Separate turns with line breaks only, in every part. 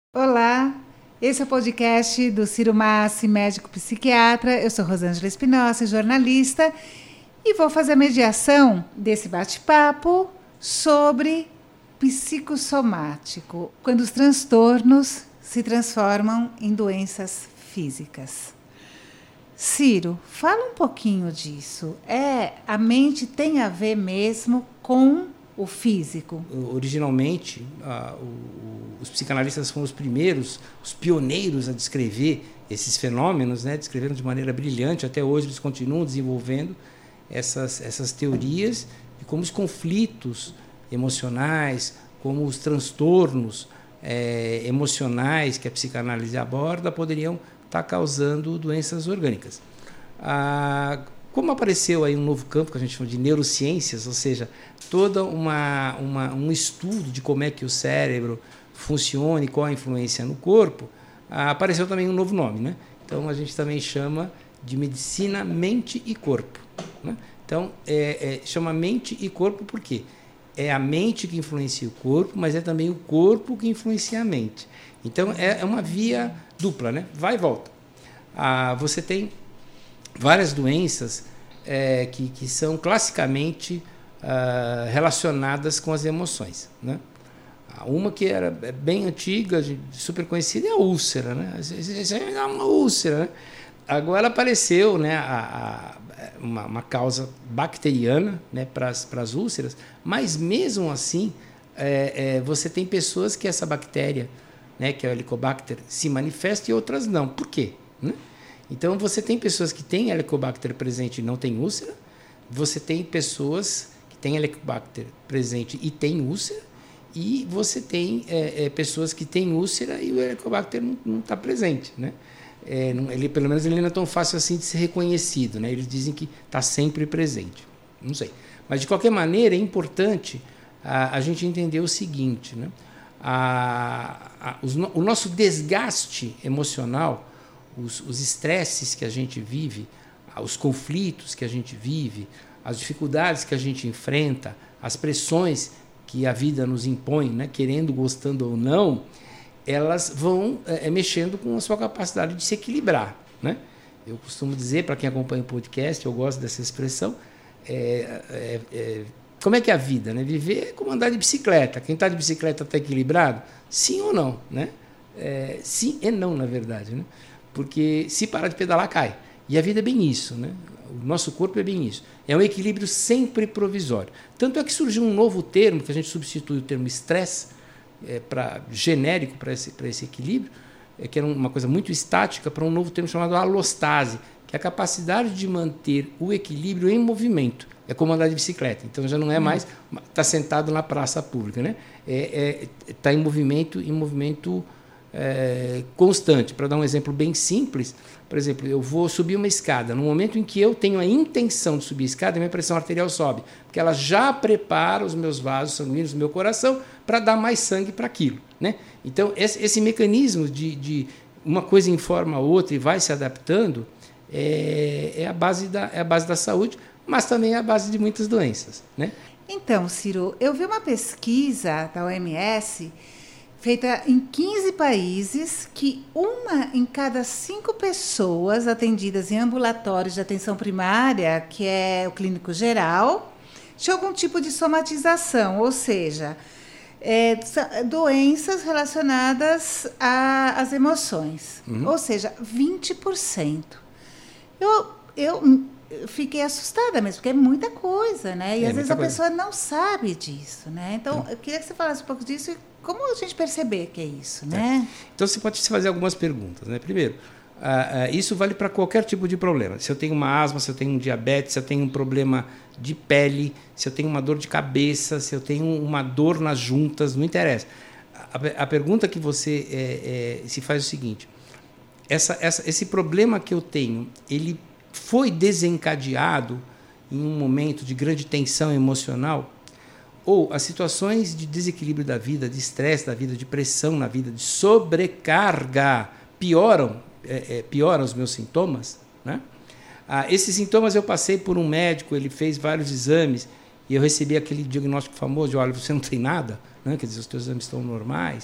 Olá, esse é o podcast do Ciro Massi, médico psiquiatra. Eu sou Rosângela Espinosa, jornalista, e vou fazer a mediação desse bate-papo sobre psicossomático, quando os transtornos se transformam em doenças físicas. Ciro, fala um pouquinho disso. A mente tem a ver mesmo com o físico?
Originalmente, os psicanalistas foram os primeiros, os pioneiros a descrever esses fenômenos, né? Descreveram de maneira brilhante. Até hoje eles continuam desenvolvendo essas teorias de como os conflitos emocionais, como os transtornos emocionais que a psicanálise aborda poderiam estar causando doenças orgânicas. Como apareceu aí um novo campo que a gente chama de neurociências, ou seja, todo um estudo de como é que o cérebro funciona e qual a influência no corpo, apareceu também um novo nome, né? Então a gente também chama de medicina mente e corpo, né? Então chama mente e corpo porque é a mente que influencia o corpo, mas é também o corpo que influencia a mente. Então é uma via dupla, né? Vai e volta. Você tem várias doenças que são classicamente relacionadas com as emoções, né? Uma que era bem antiga, super conhecida, é a úlcera, né? Isso é uma úlcera, né? Agora apareceu, né, uma causa bacteriana, né, para as úlceras, mas mesmo assim você tem pessoas que essa bactéria, né, que é o Helicobacter, se manifesta e outras não. Por quê? Né? Então, você tem pessoas que têm Helicobacter presente e não têm úlcera, você tem pessoas que têm Helicobacter presente e têm úlcera, e você tem pessoas que têm úlcera e o Helicobacter não está presente, né? Pelo menos ele não é tão fácil assim de ser reconhecido, né? Eles dizem que está sempre presente, não sei. Mas, de qualquer maneira, é importante a gente entender o seguinte, né? O nosso desgaste emocional, os estresses que a gente vive, os conflitos que a gente vive, as dificuldades que a gente enfrenta, as pressões que a vida nos impõe, né, querendo, gostando ou não, elas vão mexendo com a sua capacidade de se equilibrar, né? Eu costumo dizer, para quem acompanha o podcast, eu gosto dessa expressão, como é que é a vida, né? Viver é como andar de bicicleta. Quem está de bicicleta está equilibrado? Sim ou não, né? Sim e não, na verdade, né? Porque se parar de pedalar, cai. E a vida é bem isso, né? O nosso corpo é bem isso. É um equilíbrio sempre provisório. Tanto é que surgiu um novo termo, que a gente substitui o termo estresse, genérico para esse equilíbrio, que era uma coisa muito estática, para um novo termo chamado alostase, que é a capacidade de manter o equilíbrio em movimento. É como andar de bicicleta. Então já não é mais estar sentado na praça pública, né? Está em movimento constante. Para dar um exemplo bem simples, por exemplo, eu vou subir uma escada. No momento em que eu tenho a intenção de subir a escada, minha pressão arterial sobe, porque ela já prepara os meus vasos sanguíneos do meu coração para dar mais sangue para aquilo, né? Então, esse mecanismo de uma coisa informa a outra e vai se adaptando é a base da saúde, mas também é a base de muitas doenças, né?
Então, Ciro, eu vi uma pesquisa da OMS feita em 15 países, que 1 em cada 5 pessoas atendidas em ambulatórios de atenção primária, que é o clínico geral, tinha algum tipo de somatização, ou seja, doenças relacionadas às emoções, ou seja, 20%. Eu fiquei assustada mesmo, porque é muita coisa, né? E às vezes a pessoa não sabe disso, né? Então, eu queria que você falasse um pouco disso e como a gente perceber que é isso, né?
Então, você pode se fazer algumas perguntas, né? Primeiro, isso vale para qualquer tipo de problema. Se eu tenho uma asma, se eu tenho um diabetes, se eu tenho um problema de pele, se eu tenho uma dor de cabeça, se eu tenho uma dor nas juntas, não interessa. A pergunta que você se faz é o seguinte: esse problema que eu tenho, ele foi desencadeado em um momento de grande tensão emocional? Ou as situações de desequilíbrio da vida, de estresse da vida, de pressão na vida, de sobrecarga, pioram os meus sintomas, né? Esses sintomas eu passei por um médico, ele fez vários exames e eu recebi aquele diagnóstico famoso de: olha, você não tem nada, né? Quer dizer, os teus exames estão normais,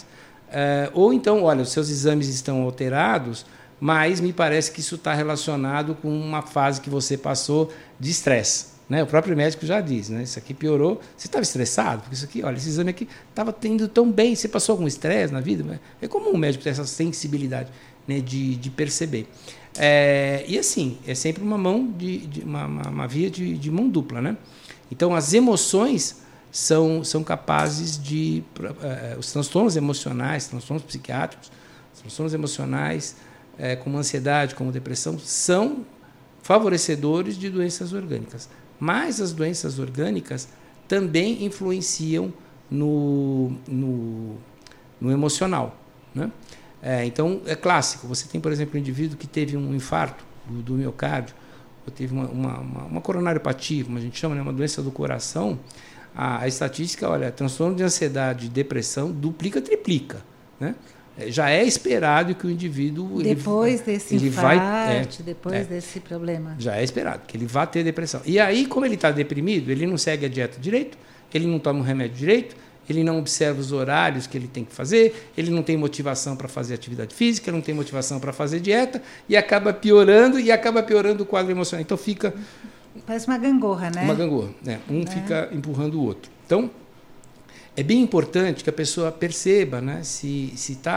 Ou então, olha, os seus exames estão alterados, mas me parece que isso está relacionado com uma fase que você passou de estresse. Né? O próprio médico já diz, né? Isso aqui piorou. Você estava estressado? Porque isso aqui, olha, esse exame aqui estava tendo tão bem. Você passou algum estresse na vida? É comum o médico ter essa sensibilidade, né, de perceber. E assim, é sempre uma uma via de mão dupla. Né? Então, as emoções são capazes de... os transtornos emocionais, transtornos psiquiátricos, transtornos emocionais, como ansiedade, como depressão, são favorecedores de doenças orgânicas. Mas as doenças orgânicas também influenciam no emocional. Né? Então, é clássico. Você tem, por exemplo, um indivíduo que teve um infarto do miocárdio, ou teve uma coronariopatia, como a gente chama, né? Uma doença do coração. A estatística, olha, transtorno de ansiedade e depressão duplica, triplica. Né? Já é esperado que o indivíduo...
Depois desse infarto, depois desse problema.
Já é esperado que ele vá ter depressão. E aí, como ele está deprimido, ele não segue a dieta direito, ele não toma o remédio direito, ele não observa os horários que ele tem que fazer, ele não tem motivação para fazer atividade física, ele não tem motivação para fazer dieta, e acaba piorando o quadro emocional. Então fica...
Parece uma gangorra, né?
Uma gangorra. Né? Fica empurrando o outro. Então, é bem importante que a pessoa perceba, né, se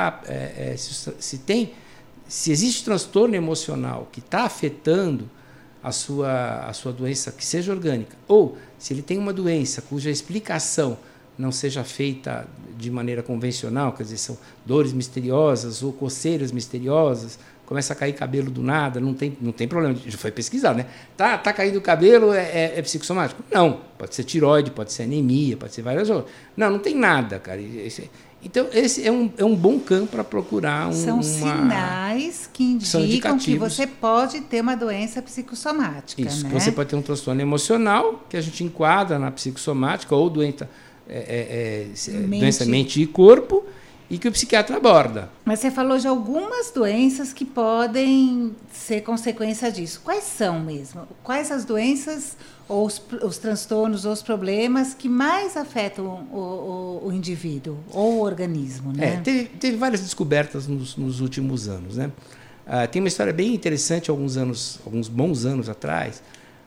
existe transtorno emocional que está afetando a sua doença, que seja orgânica, ou se ele tem uma doença cuja explicação não seja feita de maneira convencional, quer dizer, são dores misteriosas ou coceiras misteriosas, começa a cair cabelo do nada, não tem problema, já foi pesquisado, né? Tá caindo o cabelo, é psicossomático? Não, pode ser tireoide, pode ser anemia, pode ser várias outras. Não tem nada, cara. Então, esse é um bom campo para procurar
São sinais que indicam que você pode ter uma doença psicossomática.
Isso,
né?
Que você pode ter um transtorno emocional, que a gente enquadra na psicossomática, ou doença mente e corpo, e que o psiquiatra aborda.
Mas você falou de algumas doenças que podem ser consequência disso. Quais são mesmo? Quais as doenças, ou os transtornos, ou os problemas que mais afetam o indivíduo ou o organismo? Né?
Teve várias descobertas nos últimos anos. Né? Tem uma história bem interessante, alguns bons anos atrás.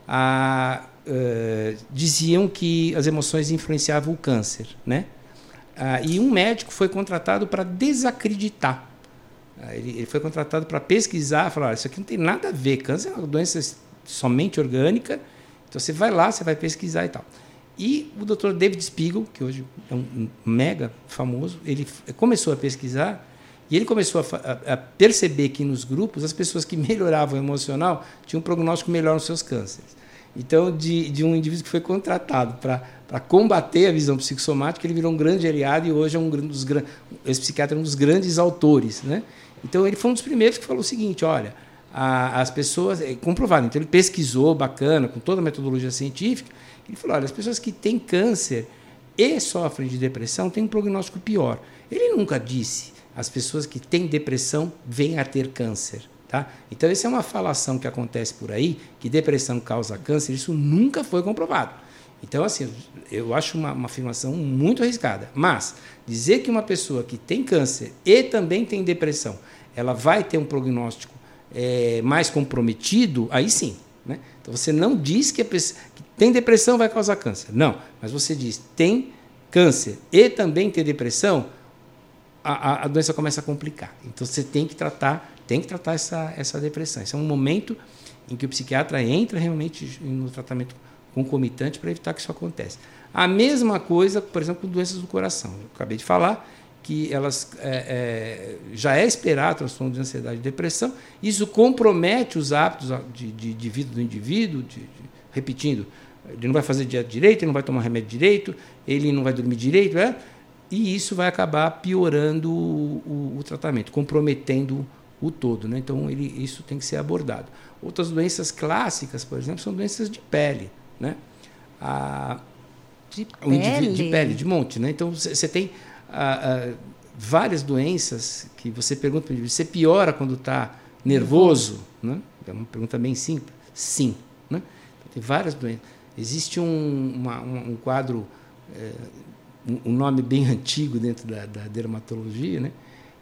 Diziam que as emoções influenciavam o câncer, né? E um médico foi contratado para desacreditar. Ele foi contratado para pesquisar, falar: isso aqui não tem nada a ver, câncer é uma doença somente orgânica, então você vai lá, você vai pesquisar e tal. E o Dr. David Spiegel, que hoje é um mega famoso, ele começou a pesquisar e ele começou a perceber que nos grupos as pessoas que melhoravam o emocional tinham um prognóstico melhor nos seus cânceres. Então, de um indivíduo que foi contratado para combater a visão psicossomática, ele virou um grande aliado e hoje esse psiquiatra é um dos grandes autores. Né? Então, ele foi um dos primeiros que falou o seguinte: olha, as pessoas... comprovado, então ele pesquisou, bacana, com toda a metodologia científica, ele falou: olha, as pessoas que têm câncer e sofrem de depressão têm um prognóstico pior. Ele nunca disse: as pessoas que têm depressão vêm a ter câncer. Tá? Então, essa é uma falação que acontece por aí, que depressão causa câncer, isso nunca foi comprovado. Então, assim, eu acho uma afirmação muito arriscada. Mas dizer que uma pessoa que tem câncer e também tem depressão, ela vai ter um prognóstico mais comprometido, aí sim. Né? Então, você não diz que a pessoa que tem depressão vai causar câncer. Não, mas você diz tem câncer e também tem depressão, a doença começa a complicar. Então, você tem que tratar essa depressão. Esse é um momento em que o psiquiatra entra realmente no tratamento concomitante para evitar que isso aconteça. A mesma coisa, por exemplo, com doenças do coração. Eu acabei de falar que elas já é esperado transtorno de ansiedade e depressão. Isso compromete os hábitos de vida do indivíduo, repetindo, ele não vai fazer dieta direito, ele não vai tomar remédio direito, ele não vai dormir direito, e isso vai acabar piorando o tratamento, comprometendo o todo. Né? Então, isso tem que ser abordado. Outras doenças clássicas, por exemplo, são doenças de pele. Né?
De pele?
De pele, de monte. Né? Então, você tem várias doenças que você pergunta para o indivíduo: você piora quando está nervoso? Né? É uma pergunta bem simples. Sim. Né? Tem várias doenças. Existe um quadro um nome bem antigo dentro da dermatologia, né?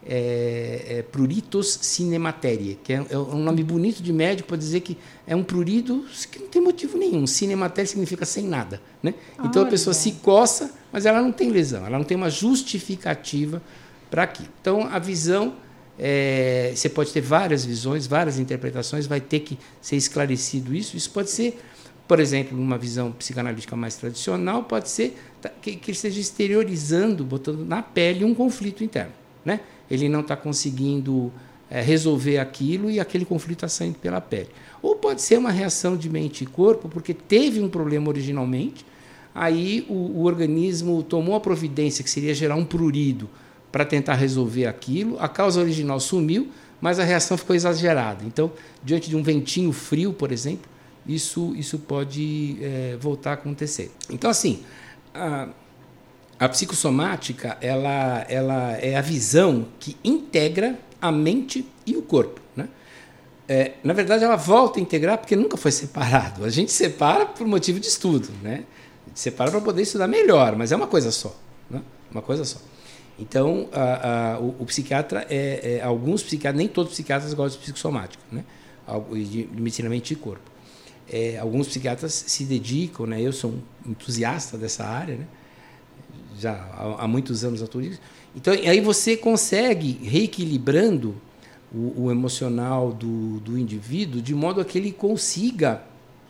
Pruritus cinemateria, que é um nome bonito de médico para dizer que é um prurido que não tem motivo nenhum. Cinemateria significa sem nada, né? Então a pessoa se coça, mas ela não tem lesão, ela não tem uma justificativa para aquilo. Então a visão, você pode ter várias visões, várias interpretações, vai ter que ser esclarecido isso. Isso pode ser, por exemplo, numa visão psicanalítica mais tradicional, pode ser que ele esteja exteriorizando, botando na pele um conflito interno, né? Ele não está conseguindo resolver aquilo e aquele conflito está saindo pela pele. Ou pode ser uma reação de mente e corpo, porque teve um problema originalmente, aí o organismo tomou a providência, que seria gerar um prurido, para tentar resolver aquilo, a causa original sumiu, mas a reação ficou exagerada. Então, diante de um ventinho frio, por exemplo, isso pode voltar a acontecer. Então, assim, a psicossomática ela é a visão que integra a mente e o corpo, né? Na verdade, ela volta a integrar porque nunca foi separado. A gente separa por motivo de estudo, né? A gente separa para poder estudar melhor, mas é uma coisa só, né? Uma coisa só. Então, o psiquiatra, alguns psiquiatras, nem todos os psiquiatras gostam de psicossomática, né? De medicina mente e corpo. Alguns psiquiatras se dedicam, né? Eu sou um entusiasta dessa área, né? Já há muitos anos atuo nisso. Então, aí você consegue reequilibrando o emocional do indivíduo de modo a que ele consiga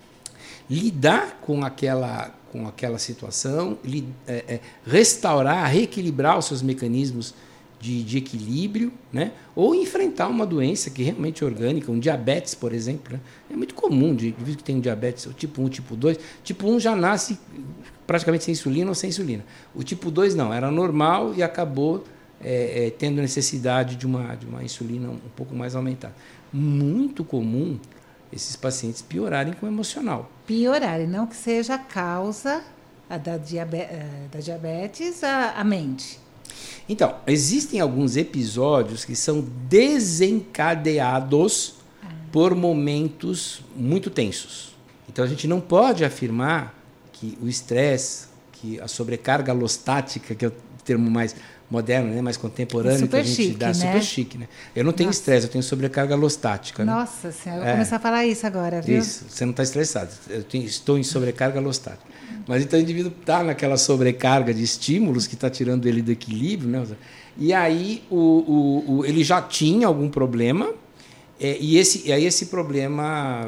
lidar com aquela situação, restaurar, reequilibrar os seus mecanismos de equilíbrio, né? Ou enfrentar uma doença que realmente é orgânica, um diabetes, por exemplo, né? É muito comum, de indivíduo que tem um diabetes, o tipo 1, tipo 2. Tipo 1 já nasce praticamente sem insulina ou sem insulina. O tipo 2 não, era normal e acabou tendo necessidade de uma insulina um pouco mais aumentada. Muito comum esses pacientes piorarem com o emocional.
Piorarem, não que seja a causa da diabetes, a mente.
Então, existem alguns episódios que são desencadeados por momentos muito tensos. Então, a gente não pode afirmar que o estresse, que a sobrecarga alostática, que é o termo mais moderno, né, mais contemporâneo que a gente
chique,
dá,
né?
super chique, né? Eu não tenho estresse, eu tenho sobrecarga alostática.
Nossa
né?
Senhora, eu vou começar a falar isso agora, viu?
Isso, você não está estressado, estou em sobrecarga alostática. Mas então o indivíduo está naquela sobrecarga de estímulos que está tirando ele do equilíbrio, né? E aí ele já tinha algum problema, e aí esse problema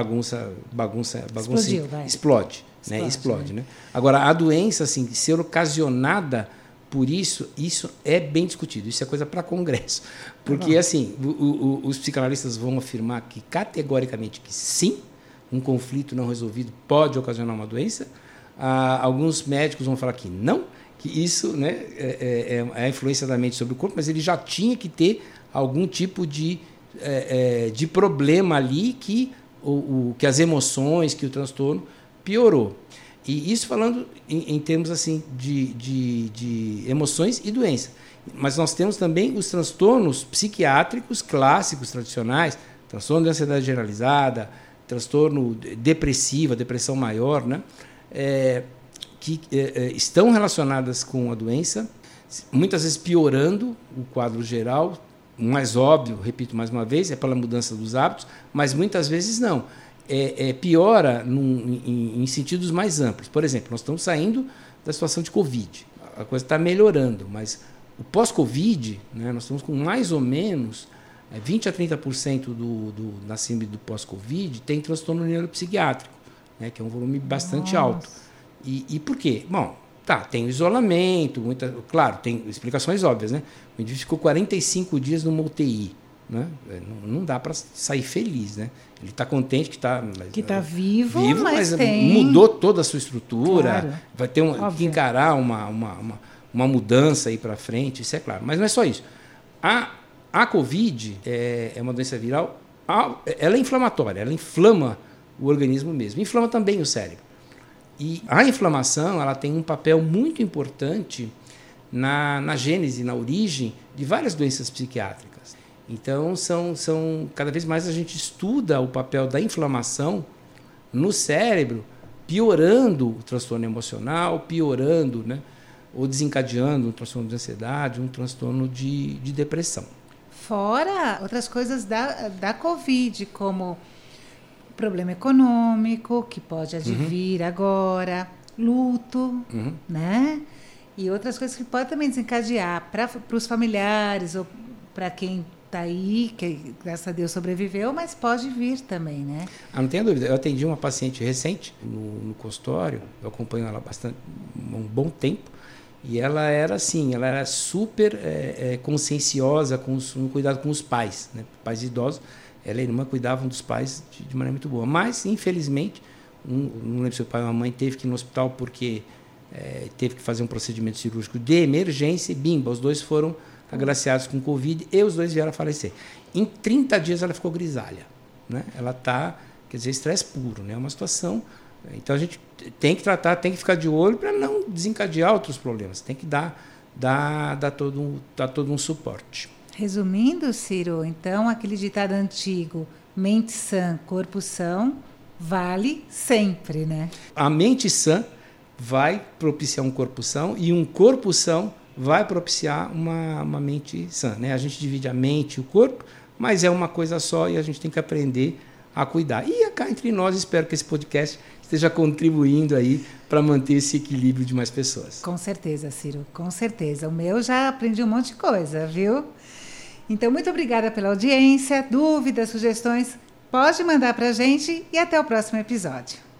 Explodiu,
explode. Né? Agora, a doença, assim, ser ocasionada por isso é bem discutido. Isso é coisa para congresso. Porque, assim, os psicanalistas vão afirmar que, categoricamente, que sim, um conflito não resolvido pode ocasionar uma doença. Alguns médicos vão falar que não, que isso, né, é a influência da mente sobre o corpo, mas ele já tinha que ter algum tipo de problema ali que as emoções, que o transtorno piorou. E isso falando em termos assim de emoções e doença. Mas nós temos também os transtornos psiquiátricos clássicos, tradicionais, transtorno de ansiedade generalizada, transtorno depressivo, depressão maior, né? Que estão relacionadas com a doença, muitas vezes piorando o quadro geral. O mais óbvio, repito mais uma vez, é pela mudança dos hábitos, mas muitas vezes não. Piora em sentidos mais amplos. Por exemplo, nós estamos saindo da situação de Covid. A coisa está melhorando, mas o pós-Covid, né, nós estamos com mais ou menos 20% a 30% da síndrome do pós-Covid tem transtorno neuropsiquiátrico, né, que é um volume bastante alto. E por quê? Bom, tem o isolamento, claro, tem explicações óbvias, né? O indivíduo ficou 45 dias numa UTI. Né? Não dá para sair feliz, né? Ele está contente que está
vivo, mas
mudou toda a sua estrutura,
claro,
vai ter que encarar uma mudança aí para frente, isso é claro. Mas não é só isso. A Covid é uma doença viral, ela é inflamatória, ela inflama o organismo mesmo, inflama também o cérebro. E a inflamação ela tem um papel muito importante na gênese, na origem de várias doenças psiquiátricas. Então, cada vez mais a gente estuda o papel da inflamação no cérebro, piorando o transtorno emocional, piorando, né, ou desencadeando um transtorno de ansiedade, um transtorno de depressão.
Fora outras coisas da Covid, como problema econômico, que pode advir agora, luto, né? E outras coisas que podem também desencadear para os familiares ou para quem está aí, que graças a Deus sobreviveu, mas pode vir também, né?
Não tenha dúvida. Eu atendi uma paciente recente no consultório, eu acompanho ela um bom tempo, e ela era assim, ela era super conscienciosa no cuidado com os pais, né? Pais idosos. Ela e a irmã cuidavam dos pais de maneira muito boa. Mas, infelizmente, não lembro se o pai ou a mãe teve que ir no hospital porque teve que fazer um procedimento cirúrgico de emergência e bimba, os dois foram agraciados com Covid e os dois vieram a falecer. Em 30 dias ela ficou grisalha, né? Ela está, quer dizer, estresse puro, né? É uma situação. Então a gente tem que tratar, tem que ficar de olho para não desencadear outros problemas. Tem que dar todo um suporte.
Resumindo, Ciro, então aquele ditado antigo, mente sã, corpo são, vale sempre, né?
A mente sã vai propiciar um corpo são e um corpo são vai propiciar uma mente sã, né? A gente divide a mente e o corpo, mas é uma coisa só e a gente tem que aprender a cuidar. E cá entre nós, espero que esse podcast esteja contribuindo aí para manter esse equilíbrio de mais pessoas.
Com certeza, Ciro, com certeza. O meu já aprendi um monte de coisa, viu? Então, muito obrigada pela audiência. Dúvidas, sugestões, pode mandar para a gente e até o próximo episódio.